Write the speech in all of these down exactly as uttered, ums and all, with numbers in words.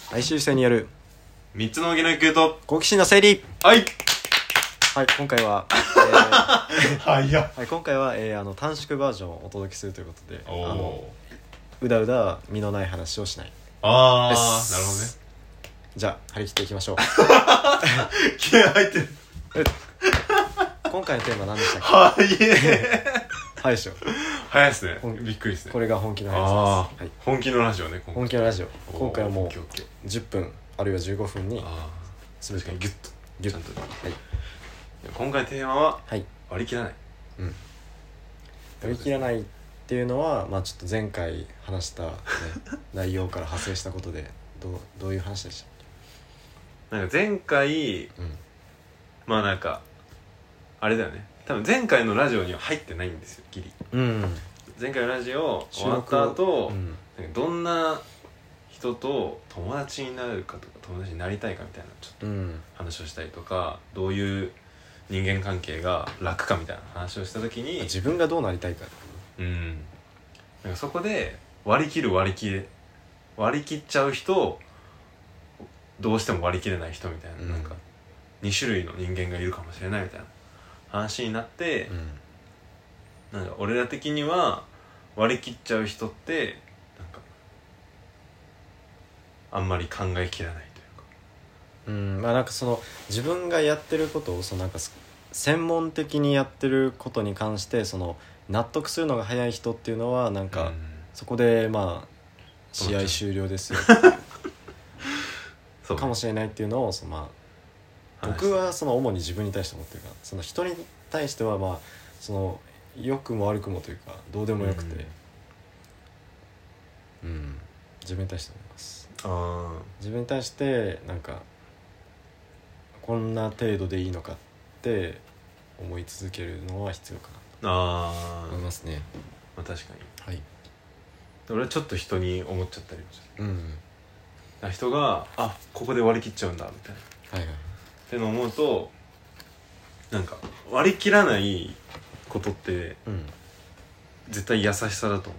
来週生によるみっつの荻野育と好奇心の整理。 はいはい、今回は、えーはいやはい、今回は、えー、あの短縮バージョンをお届けするということで、 おあのおうだうだ身のない話をしないあですーなるほどね。 じゃあ張り切っていきましょう気合入ってる。 今回のテーマ何でしたっはいけはいでしょ早いですねほん。 びっくりですね。 これが本気のあ話です、はい、 ー本気のラジオね。今回本気のラジオ。今回はもうオッケーオッケー。 じゅっぷんあるいはじゅうごふんにあ全てー確かにギュッとギュッちゃんと。 はい今回のテーマははい割り切らない。 うん割り切らないっていうのは、まあちょっと前回話した、ね、内容から派生したことでどうどういう話でしなんか前回た？うんまあなんかあれだよね。多分前回のラジオには入ってないんですよギリ。 うん前回のラジオ終わった後、 うんなんかどんな人と友達になるかとか友達になりたいかみたいなちょっとうん話をしたりとか、どういう人間関係が楽かみたいな話をした時に、 自分がどうなりたいか。 うんなんかそこで割り切る割り切れ割り切っちゃう人、どうしても割り切れない人みたいな、 うんなんかに種類の人間がいるかもしれないみたいな話になって、 うんなんか俺ら的には割り切っちゃう人ってなんかあんまり考えきらないというか。 うんまあなんかその自分がやってることをそのなんか専門的にやってることに関してその納得するのが早い人っていうのはなんか、 うんそこでまあ試合終了ですよそうかもしれないっていうのをそのまあ僕はその主に自分に対して思ってるから、その人に対してはまあその良くも悪くもというかどうでもよくて、うん、うん、自分に対して思います。 あ自分に対してなんかこんな程度でいいのかって思い続けるのは必要かなあと思いますね。 まあ確かにはい。 俺はちょっと人に思っちゃったりもする。 うんあ人があここで割り切っちゃうんだみたいなはいはいってのを思うと、なんか割り切らないことってうん絶対優しさだと思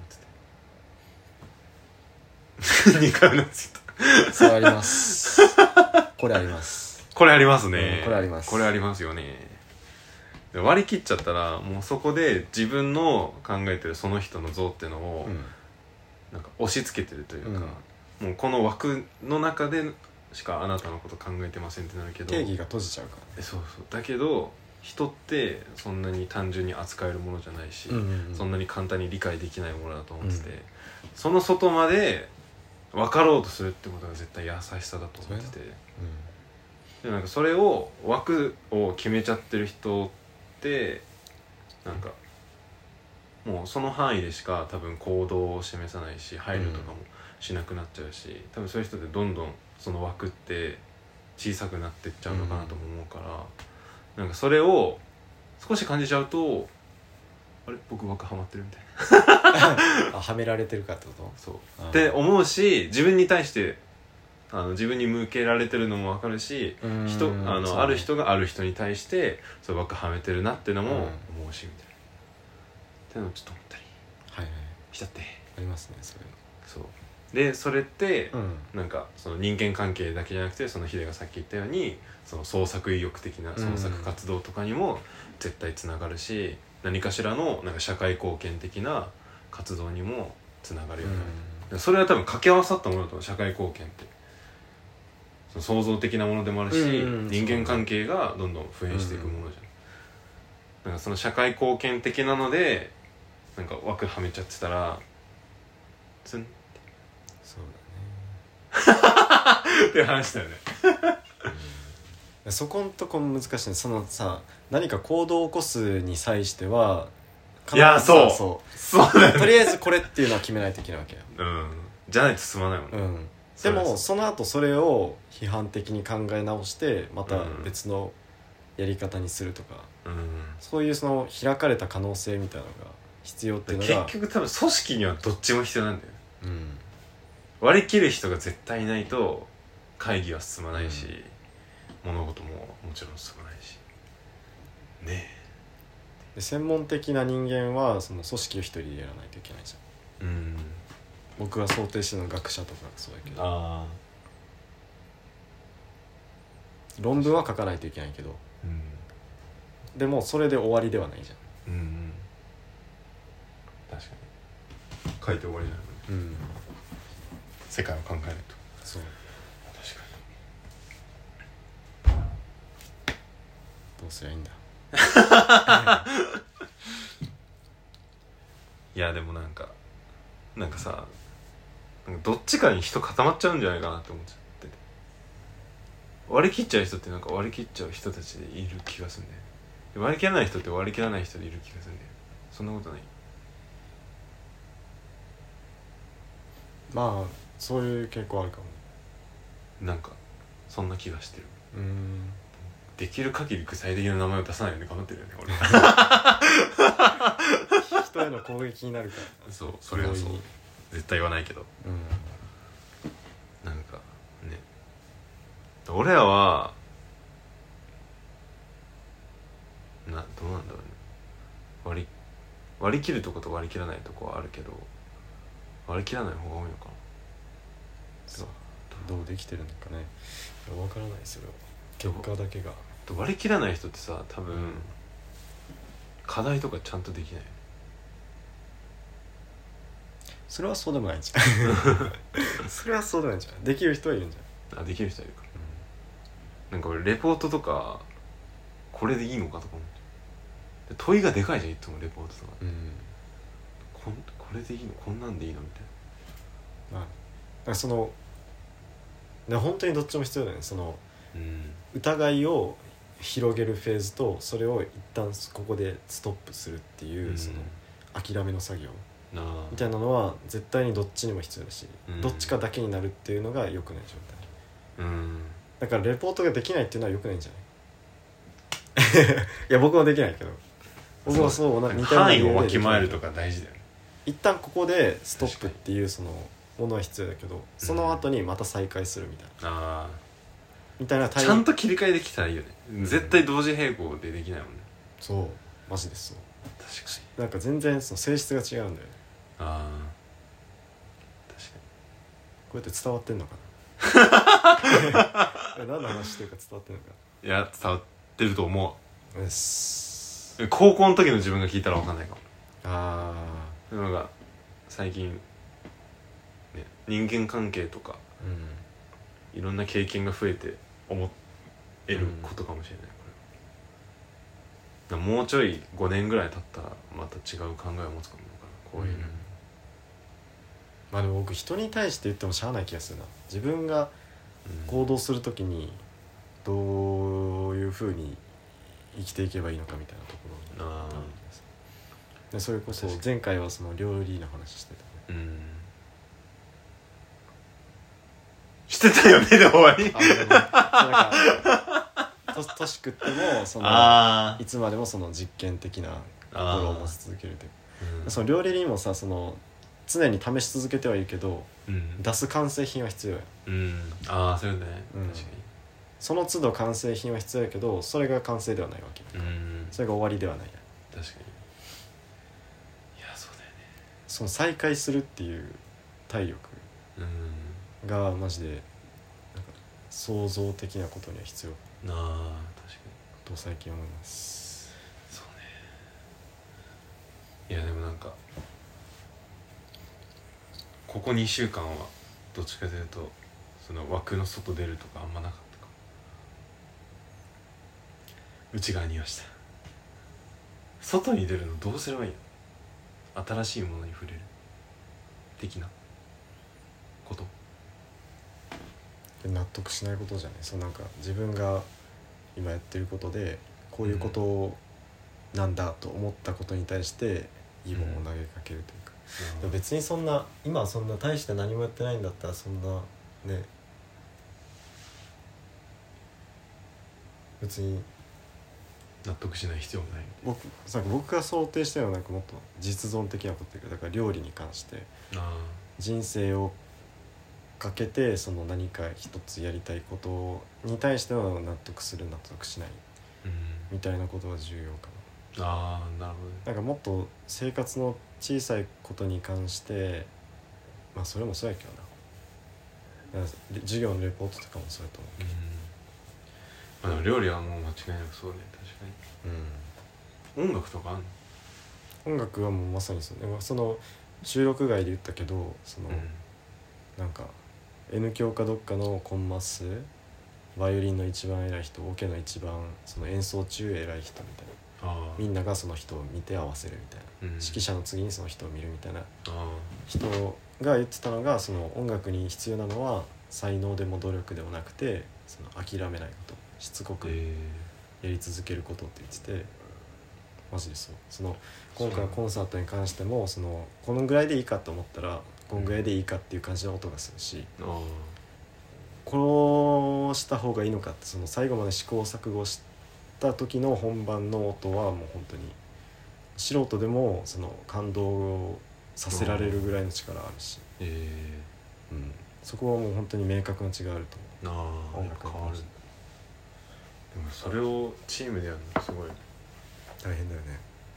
っててにかいなんですよ。 それありますこれありますこれありますね、 うんこれありますこれありますよね。で割り切っちゃったらもうそこで自分の考えてるその人の像っていうのを、 うんなんか押し付けてるというか、 うんもうこの枠の中でしかあなたのこと考えてませんってなるけど、 定義が閉じちゃうかえそうそうだけど人ってそんなに単純に扱えるものじゃないし、 らね、うんうんうん、 そんなに簡単に理解できないものだと思ってて、 うんその外まで分かろうとするってことが絶対優しさだと思ってて、でなんかそれを枠を決めちゃってる人ってなんかもうその範囲でしか多分行動を示さないし配慮とかもしなくなっちゃうし、多分そういう人ってどんどんその枠って小さくなってっちゃうのかなとも思うから、なんかそれを少し感じちゃうとあれ僕枠はまってるみたいなあはめられてるかってこと？ そうあーって思うし、自分に対してあの自分に向けられてるのも分かるし、 うーん人あの、 そうねある人がある人に対してそう枠はめてるなっていうのもうん思うしみたいな、っていうのをちょっと思ったりはいはいしちゃって、 ありますねそういうそうでそれって、 の。うんなんかその人間関係だけじゃなくて、そのヒデがさっき言ったようにその創作意欲的な創作活動とかにも絶対つながるし、何かしらのなんか社会貢献的な活動にもつながるよね、 うんそれは多分掛け合わさったものだと思う。社会貢献ってその創造的なものでもあるし、 うん人間関係がどんどん普遍していくものじゃん、なんかその社会貢献的なのでなんか枠はめちゃってたらツンそうって話だよねだねそこんとこ難しいね。そのさ何か行動を起こすに際してはいやそうそうそうだよねとりあえずこれっていうのは決めないといけないわけよ。 うんじゃないと進まないもんね、 うん、でそうでもすその後それを批判的に考え直してまた別のやり方にするとか、 うんそういうその開かれた可能性みたいなのが必要っていうのが結局多分組織にはどっちも必要なんだよね。 うん割り切る人が絶対いないと会議は進まないし、うん、物事ももちろん進まないしねで専門的な人間はその組織を一人でやらないといけないじゃん。 えうん僕が想定してるのは学者とかそうやけど、 あ論文は書かないといけないけど、 うん、 でもそれで終わりではないじゃん。 うんうん、確かに書いて終わりなのね、うん、世界を考えないと。 そう確かに。 どうすりゃいいんだいやでもなんかなんかさ、なんかどっちかに人固まっちゃうんじゃないかなって思っちゃってて、割り切っちゃう人ってなんか割り切っちゃう人たちでいる気がするんだよね。割り切らない人って割り切らない人でいる気がするんだよ。そんなことない？ まあそういう傾向あるかもね。 なんかそんな気がしてる。 うーん、 できる限り具体的な名前を出さないように頑張ってるよね俺人への攻撃になるから。 そう、それはそう、絶対言わないけど、 うん、 なんかね、俺らはな、どうなんだろうね、割り割り切るとこと割り切らないとこはあるけど、割り切らない方が多いのかな。 そう、どうできてるのかね、分からないですよ、結果だけが。 割り切らない人ってさ、多分、うん、課題とかちゃんとできない。 それはそうでもないんじゃんそれはそうでもないんじゃん。できる人はいるんじゃん。あ、できる人はいるから、うん、なんか俺レポートとかこれでいいのかとか思って、問いがでかいじゃん、いつもレポートとか、うん、こんこれでいいの、こんなんでいいのみたいな。まあ、だからその本当にどっちも必要だよね。その、うん、疑いを広げるフェーズと、それを一旦ここでストップするっていう、うん、その諦めの作業みたいなのは絶対にどっちにも必要だし、うん、どっちかだけになるっていうのが良くない状態、うん、だからレポートができないっていうのは良くないんじゃないいや僕はできないけど、僕はそうな似たような範囲をわきまえるとか大事だよね。 一旦ここでストップっていうそのものは必要だけど、その後にまた再開するみたいな、うん、あみたいなちゃんと切り替えできたらいいよね、うん、絶対同時並行でできないもんね。 そうマジですそう。 確かになんか全然その性質が違うんだよね。ああ確かに。こうやって伝わってんのかな何の話してるか伝わってんのか。 いや伝わってると思う。 よし。 高校の時の自分が聞いたら分かんないかも。ああなんか最近、ね、人間関係とか、うん、いろんな経験が増えて思えることかもしれない、うん、これもうちょいごねんぐらい経ったらまた違う考えを持つかもかな、こういうの、うん、 まあでも僕人に対して言ってもしゃあない気がするな。自分が行動するときにどういうふうに生きていけばいいのかみたいなところにあるんです。でそれこそ前回はその料理の話してたね、うん、 してたよねで終わり。 あと年食ってもそのいつまでもその実験的な心を持ち続けるという、うん、その料理にもさ、その常に試し続けてはいるけど、うん、出す完成品は必要や、 うん、ああそうね、うん、確かにその都度完成品は必要やけど、それが完成ではないわけ、うん、それが終わりではないや。 確かに。いやそうだよね。 その再開するっていう体力がマジでなんか創造的なことには必要なあ、確かにと最近思います。 そうね。いやでもなんかここにしゅうかんはどっちかというとその枠の外出るとかあんまなかったか。内側にいました。外に出るのどうすればいいの？新しいものに触れる的なこと納得しないことじゃない。そうなんか自分が今やってることでこういうことなんだと思ったことに対して疑問を投げかけるというか、うん、別にそんな今そんな大して何もやってないんだったらそんなね別に納得しない必要もない。 僕さ僕が想定したようななんかもっと実存的なこと言うか、だから料理に関して人生をかけてその何か一つやりたいことに対しては納得する納得しないみたいなことが重要かな、うん、ああなるほど。 なんかもっと生活の小さいことに関してまあそれもそうやけどな、だから授業のレポートとかもそうやと思うけど、 あの料理はもう間違いなくそうね。確かに、うん、音楽とかあんの？ 音楽はもうまさにそうね。その収録外で言ったけどその、うん、なんか N 響かどっかのコンマスバイオリンの一番偉い人オケの一番その演奏中偉い人みたいなみんながその人を見て合わせるみたいな、うん、指揮者の次にその人を見るみたいな人が言ってたのがその音楽に必要なのは才能でも努力でもなくてその諦めないことしつこくやり続けることって言っててマジでそうその今回のコンサートに関してもそのこのぐらいでいいかと思ったらこのぐらいでいいかっていう感じの音がするし、うん、こうした方がいいのかってその最後まで試行錯誤した時の本番の音はもう本当に素人でもその感動をさせられるぐらいの力あるし、えーうん、そこはもう本当に明確な違いあると思う。 ああ、やっぱ変わる。でもそれをチームでやるのすごい大変だよね。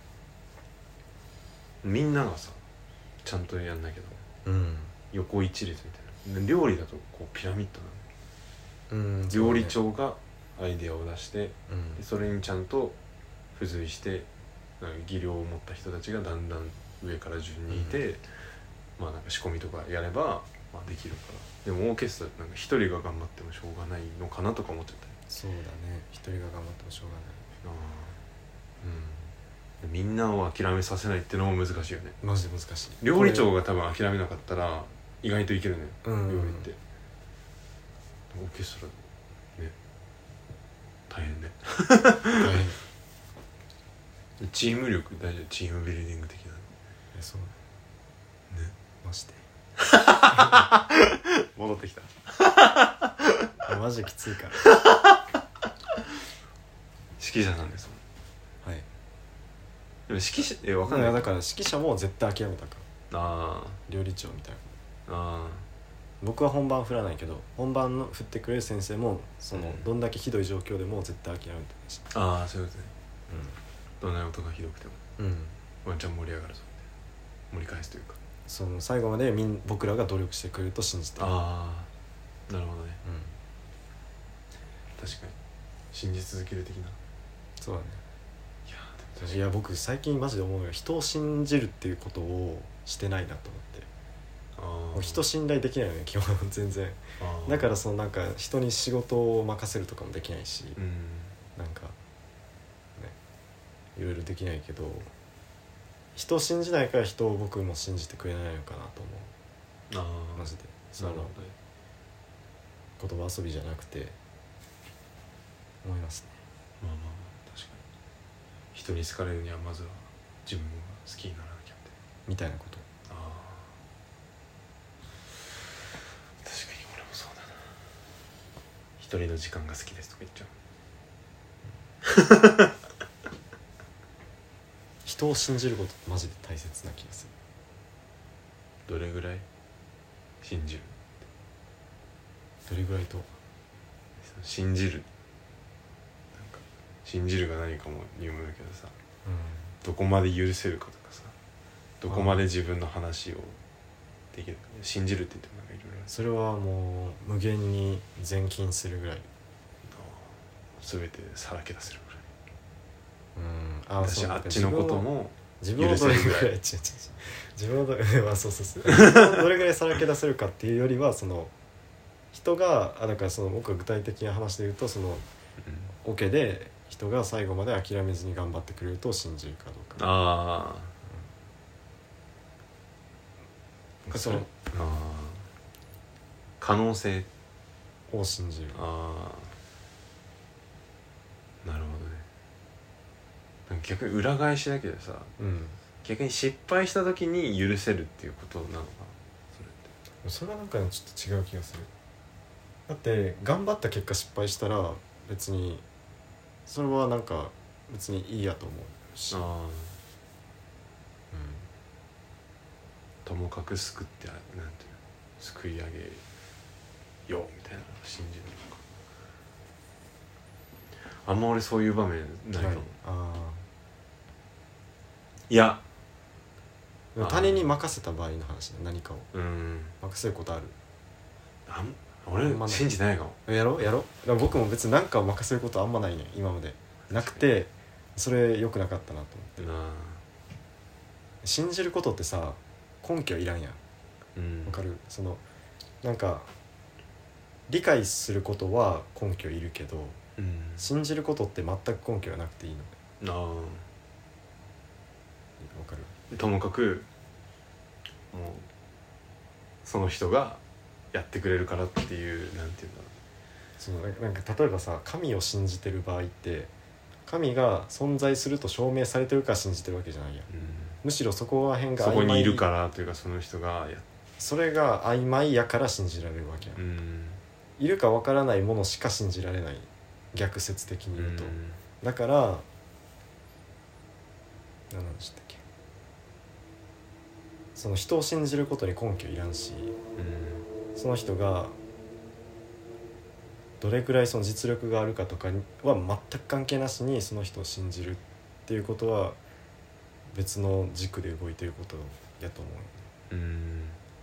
みんながさちゃんとやんなきゃだ、うん、横一列みたいな。料理だとこうピラミッドなの、うん、料理長がアイデアを出して、うん、でそれにちゃんと付随して技量を持った人たちがだんだん上から順にいて、うん、まあなんか仕込みとかやれば、まあ、できるから。でもオーケストラなんか一人が頑張ってもしょうがないのかなとか思っちゃったり。 そうだね、一人が頑張ってもしょうがない。 あ、うん、みんなを諦めさせないっていうのも難しいよね。 マジで難しい。 料理長が多分諦めなかったら意外といけるね、うん、料理って。オーケストラね大変ね大変チーム力大丈夫？チームビルディング的な。 え、そうね。マジで戻ってきたマジできついから指揮者なんですもん。はい。でも指揮者え分かんない。 だから指揮者も絶対諦めたから。ああ。料理長みたいな。ああ。僕は本番振らないけど本番の振ってくれる先生もその、うん、どんだけひどい状況でも絶対諦めてました。 ああ、そういうことね。うん。どんな音がひどくても。うん。ワンチャン盛り上がるぞって盛り返すというか。 その最後までみん僕らが努力してくれると信じてる。 ああ、なるほどね。うん。確かに信じ続ける的な。 そうだね。いや、いや僕最近マジで思うのが人を信じるっていうことをしてないなと思って。もう人信頼できないよね基本全然。だからそのなんか人に仕事を任せるとかもできないし、うん、なんかねいろいろできないけど人を信じないから人を僕も信じてくれないのかなと思う。あマジでその言葉遊びじゃなくて思いますね。 まあまあ確かに人に好かれるにはまずは自分が好きにならなきゃみたいなこと。 一人の時間が好きですとか言っちゃう人を信じることってマジで大切な気がする。どれぐらい信じる？ どれぐらいと信じるなんか信じるが何かもにもよるけどさ、うん、どこまで許せるかとかさどこまで自分の話をできるか。信じるって言ってもなんかいろいろそれはもう無限に前進するぐらい全てさらけ出せるぐらい。 うん。ああ、 私あっちのことも自分をどれぐらい自分をどれぐらいそうそうそう自分をどれぐらいさらけ出せるかっていうよりはその人があだからその僕が具体的な話で言うとその、うん、オケで人が最後まで諦めずに頑張ってくれると信じるかどうか。ああ、 うん、そのあ可能性を信じる。 ああ、なるほどね。逆に裏返しだけどさ、うん、逆に失敗した時に許せるっていうことなのかなそれって。 それはなんかちょっと違う気がする。だって頑張った結果失敗したら別にそれはなんか別にいいやと思うし、あ、うん、 ともかく救ってなんていうの救い上げよみたいなのを信じるのか。あんま俺そういう場面ないかも。はい、あいや他人に任せた場合の話ね。何かを、うん、任せることある？ あん俺信じてないかも。 やろやろ僕も別に何かを任せることあんまないね今までなくて、それ良くなかったなと思って。 なあ信じることってさ根拠いらんやん。 うんわかる？そのなんか理解することは根拠いるけど、 うん、 信じることって全く根拠がなくていいの。 なあわかる？ ともかくもうその人がやってくれるからっていう、なんていうんだろそのなんか例えばさ神を信じてる場合って神が存在すると証明されてるから信じてるわけじゃないやん、 う、 むしろそこら辺がそ曖昧、 こにいるからというかその人がやそれが曖昧やから信じられるわけやん、 うんいるかわからないものしか信じられない、逆説的に言うと、 うんだから何でしたっけ、その人を信じることに根拠いらんし、 うんその人がどれくらいその実力があるかとかは全く関係なしにその人を信じるっていうことは別の軸で動いてることやと思う。 うん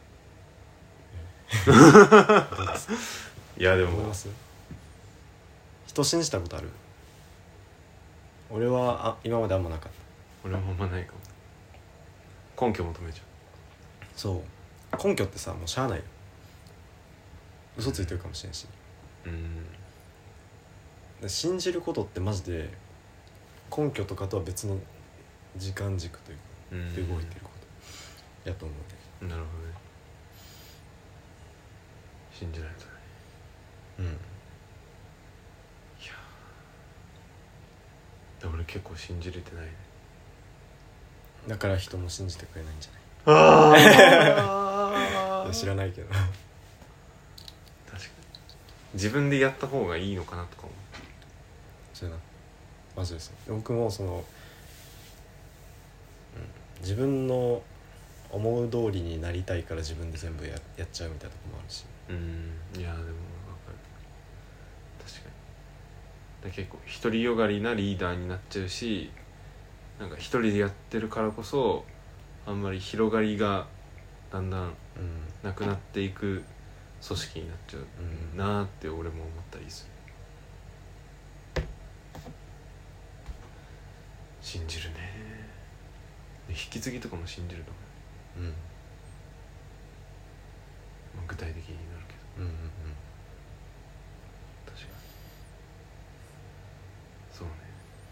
どうですか？ いやでも思います？人を信じたことある？俺はあ今まであんまなかった。 俺はあんまないかも。根拠求めちゃそう根拠ってさもうしゃあないよ、嘘ついてるかもしれんし、 う。うんで信じることってマジで根拠とかとは別の時間軸というか、 うんで動いてることやと思うなるほどね。信じられたね。 ね。うんいやで俺結構信じれてないね。 だから人も信じてくれないんじゃない？ あいや知らないけど確かに自分でやった方がいいのかなとか思う。 そうやなマジですよ。僕もその、うん、自分の思う通りになりたいから自分で全部 や, やっちゃうみたいなとこもあるし。 うんいやでも分かる。確かにだ結構独りよがりなリーダーになっちゃうし、なんか一人でやってるからこそあんまり広がりがだんだんうんなくなっていく組織になっちゃううんなーって俺も思ったりする。信じるね。で引き継ぎとかも信じると思う、 うんまあ、具体的になるけどうんうん確かにそうね。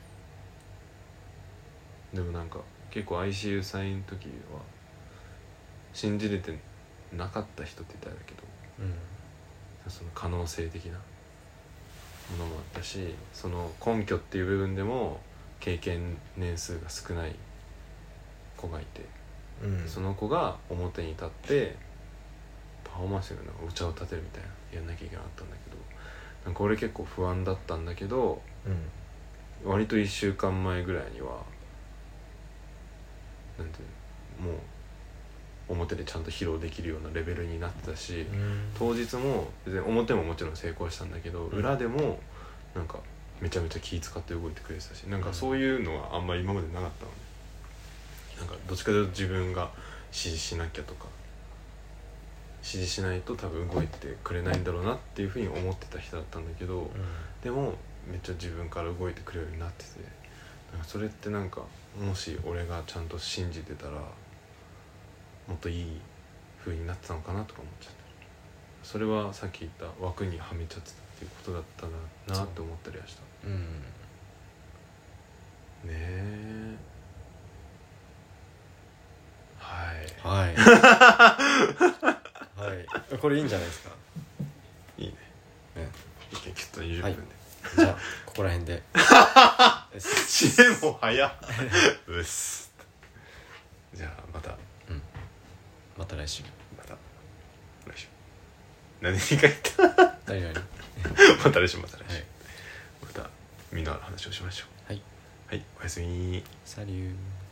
でもなんか結構 アイシーユー 祭の時は信じれてなかった人って言ったらだけど、 うんその可能性的なものもあったし、その根拠っていう部分でも経験年数が少ない子がいて、 うんうんその子が表に立ってパフォーマンスのお茶を立てるみたいなやんなきゃいけなかったんだけど、なんか俺結構不安だったんだけど、 うん割といっしゅうかんまえぐらいにはなんていうのもう表でちゃんと披露できるようなレベルになってたし、 うん当日も別に表ももちろん成功したんだけど、 うん裏でもなんかめちゃめちゃ気使って動いてくれてたし、なんかそういうのはあんまり今までなかったのね。なんかどっちかというと自分が指示しなきゃとか指示しないと多分動いてくれないんだろうなっていうふうに思ってた人だったんだけど、 うんでもめっちゃ自分から動いてくれるようになってて、なんかそれってなんかもし俺がちゃんと信じてたらもっといい風になってたのかなとか思っちゃった。それはさっき言った枠にはめちゃってたっていうことだったなって思ったりはした。 うんねえはいはいはいこれいいんじゃないですか。 いいね。 ね一見きっとにじゅっぷんで、 じゃあここら辺で締めも早っうっす。じゃあまたまた来週。 また来週何にか言った何々 また来週また来週、 はいまたみんなの話をしましょう。 はいはい、おやすみ。 サリュー。